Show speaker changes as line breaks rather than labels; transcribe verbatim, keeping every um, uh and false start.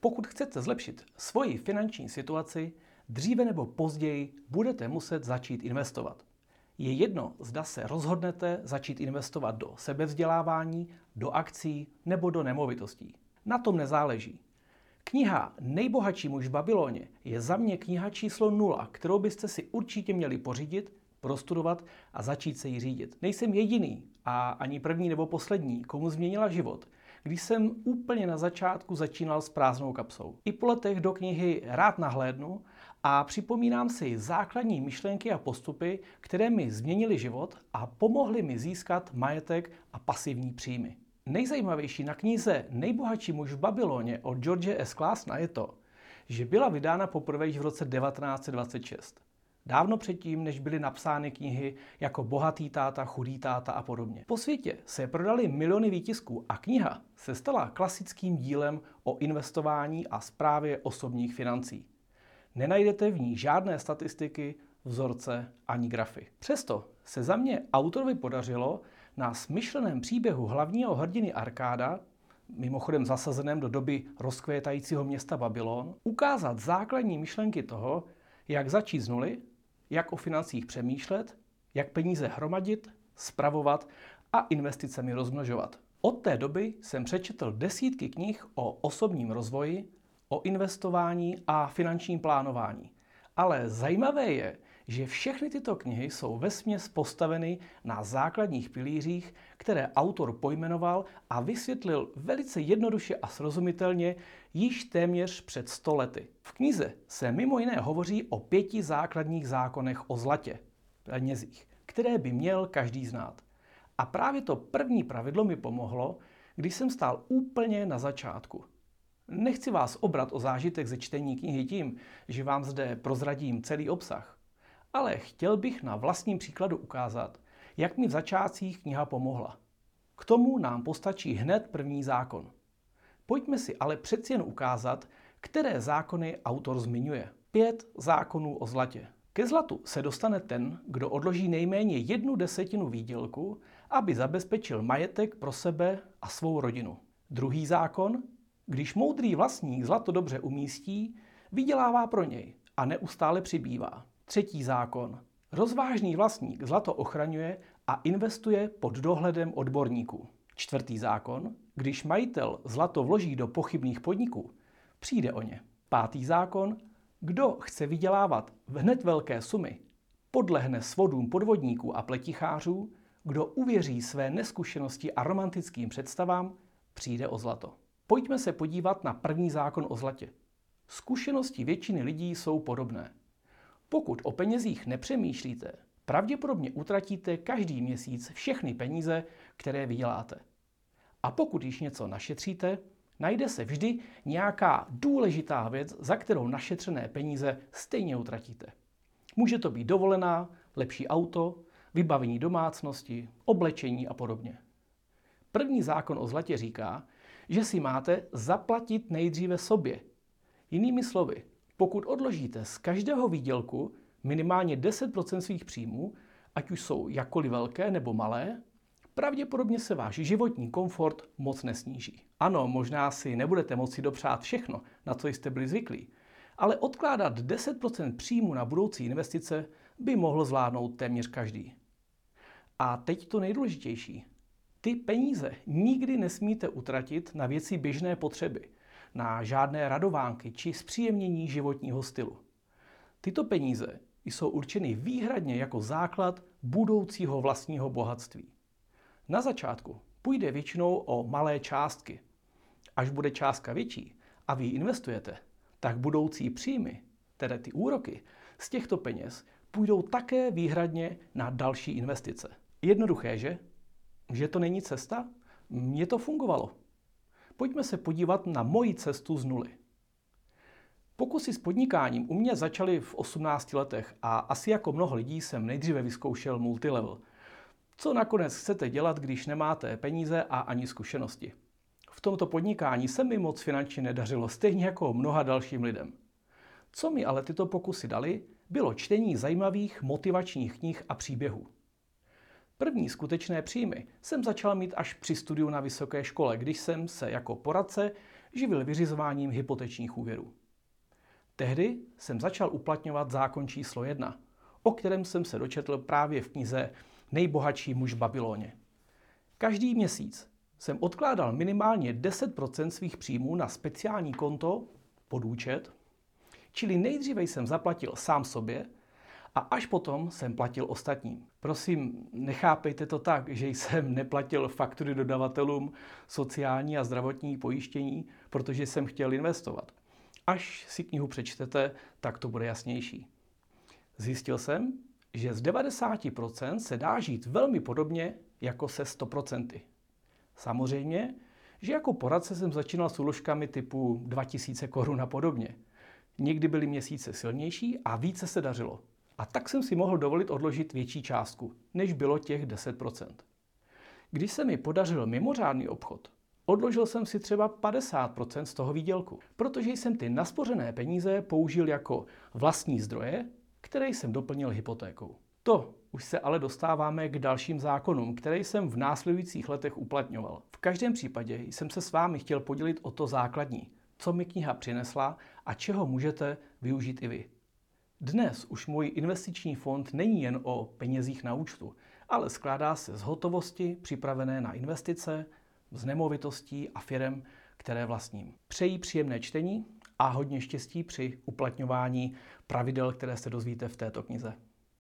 Pokud chcete zlepšit svoji finanční situaci, dříve nebo později budete muset začít investovat. Je jedno, zda se rozhodnete začít investovat do sebevzdělávání, do akcí nebo do nemovitostí. Na tom nezáleží. Kniha Nejbohatší muž v Babyloně je za mě kniha číslo nula, kterou byste si určitě měli pořídit, prostudovat a začít se jí řídit. Nejsem jediný a ani první nebo poslední, komu změnila život, když jsem úplně na začátku začínal s prázdnou kapsou. I po letech do knihy rád nahlédnu a připomínám si základní myšlenky a postupy, které mi změnily život a pomohly mi získat majetek a pasivní příjmy. Nejzajímavější na knize Nejbohatší muž v Babyloně od George S. Claessona je to, že byla vydána poprvé již v roce devatenáct set dvacet šest. Dávno předtím, než byly napsány knihy jako Bohatý táta, Chudý táta a podobně. Po světě se prodaly miliony výtisků a kniha se stala klasickým dílem o investování a správě osobních financí. Nenajdete v ní žádné statistiky, vzorce ani grafy. Přesto se za mě autorovi podařilo na smyšleném příběhu hlavního hrdiny Arkáda, mimochodem zasazeném do doby rozkvétajícího města Babylon, ukázat základní myšlenky toho, jak začít z nuly, jak o financích přemýšlet, jak peníze hromadit, spravovat a investicemi rozmnožovat. Od té doby jsem přečetl desítky knih o osobním rozvoji, o investování a finančním plánování. Ale zajímavé je, že všechny tyto knihy jsou vesměs postaveny na základních pilířích, které autor pojmenoval a vysvětlil velice jednoduše a srozumitelně již téměř před sto lety. V knize se mimo jiné hovoří o pěti základních zákonech o zlatě, penězích, které by měl každý znát. A právě to první pravidlo mi pomohlo, když jsem stál úplně na začátku. Nechci vás obrat o zážitek ze čtení knihy tím, že vám zde prozradím celý obsah, ale chtěl bych na vlastním příkladu ukázat, jak mi v začátcích kniha pomohla. K tomu nám postačí hned první zákon. Pojďme si ale přeci jen ukázat, které zákony autor zmiňuje. Pět zákonů o zlatě. Ke zlatu se dostane ten, kdo odloží nejméně jednu desetinu výdělku, aby zabezpečil majetek pro sebe a svou rodinu. Druhý zákon. Když moudrý vlastník zlato dobře umístí, vydělává pro něj a neustále přibývá. Třetí zákon. Rozvážný vlastník zlato ochraňuje a investuje pod dohledem odborníků. Čtvrtý zákon. Když majitel zlato vloží do pochybných podniků, přijde o ně. Pátý zákon. Kdo chce vydělávat hned velké sumy, podlehne svodům podvodníků a pletichářů, kdo uvěří své neskušenosti a romantickým představám, přijde o zlato. Pojďme se podívat na první zákon o zlatě. Zkušenosti většiny lidí jsou podobné. Pokud o penězích nepřemýšlíte, pravděpodobně utratíte každý měsíc všechny peníze, které vyděláte. A pokud již něco našetříte, najde se vždy nějaká důležitá věc, za kterou našetřené peníze stejně utratíte. Může to být dovolená, lepší auto, vybavení domácnosti, oblečení a podobně. První zákon o zlatě říká, že si máte zaplatit nejdříve sobě. Jinými slovy, pokud odložíte z každého výdělku minimálně deset procent svých příjmů, ať už jsou jakkoliv velké nebo malé, pravděpodobně se váš životní komfort moc nesníží. Ano, možná si nebudete moci dopřát všechno, na co jste byli zvyklí, ale odkládat deset procent příjmu na budoucí investice by mohl zvládnout téměř každý. A teď to nejdůležitější. Ty peníze nikdy nesmíte utratit na věci běžné potřeby, na žádné radovánky či zpříjemnění životního stylu. Tyto peníze jsou určeny výhradně jako základ budoucího vlastního bohatství. Na začátku půjde většinou o malé částky. Až bude částka větší a vy ji investujete, tak budoucí příjmy, tedy ty úroky z těchto peněz, půjdou také výhradně na další investice. Jednoduché, že? Že to není cesta? Mně to fungovalo. Pojďme se podívat na moji cestu z nuly. Pokusy s podnikáním u mě začaly v osmnácti letech a asi jako mnoho lidí jsem nejdříve vyzkoušel multilevel. Co nakonec chcete dělat, když nemáte peníze a ani zkušenosti? V tomto podnikání se mi moc finančně nedařilo, stejně jako mnoha dalším lidem. Co mi ale tyto pokusy dali, bylo čtení zajímavých motivačních knih a příběhů. První skutečné příjmy jsem začal mít až při studiu na vysoké škole, když jsem se jako poradce živil vyřizováním hypotečních úvěrů. Tehdy jsem začal uplatňovat zákon číslo jedna, o kterém jsem se dočetl právě v knize Nejbohatší muž v Babyloně. Každý měsíc jsem odkládal minimálně deset procent svých příjmů na speciální konto pod účet, čili nejdříve jsem zaplatil sám sobě a až potom jsem platil ostatním. Prosím, nechápejte to tak, že jsem neplatil faktury dodavatelům, sociální a zdravotní pojištění, protože jsem chtěl investovat. Až si knihu přečtete, tak to bude jasnější. Zjistil jsem, že z devadesát procent se dá žít velmi podobně jako se sto procent. Samozřejmě, že jako poradce jsem začínal s úložkami typu dva tisíce korun a podobně. Někdy byly měsíce silnější a více se dařilo. A tak jsem si mohl dovolit odložit větší částku, než bylo těch deset procent. Když se mi podařil mimořádný obchod, odložil jsem si třeba padesát procent z toho výdělku, protože jsem ty naspořené peníze použil jako vlastní zdroje, které jsem doplnil hypotékou. To už se ale dostáváme k dalším zákonům, které jsem v následujících letech uplatňoval. V každém případě jsem se s vámi chtěl podělit o to základní, co mi kniha přinesla a čeho můžete využít i vy. Dnes už můj investiční fond není jen o penězích na účtu, ale skládá se z hotovosti připravené na investice, z nemovitostí a firem, které vlastním. Přeji příjemné čtení a hodně štěstí při uplatňování pravidel, které se dozvíte v této knize.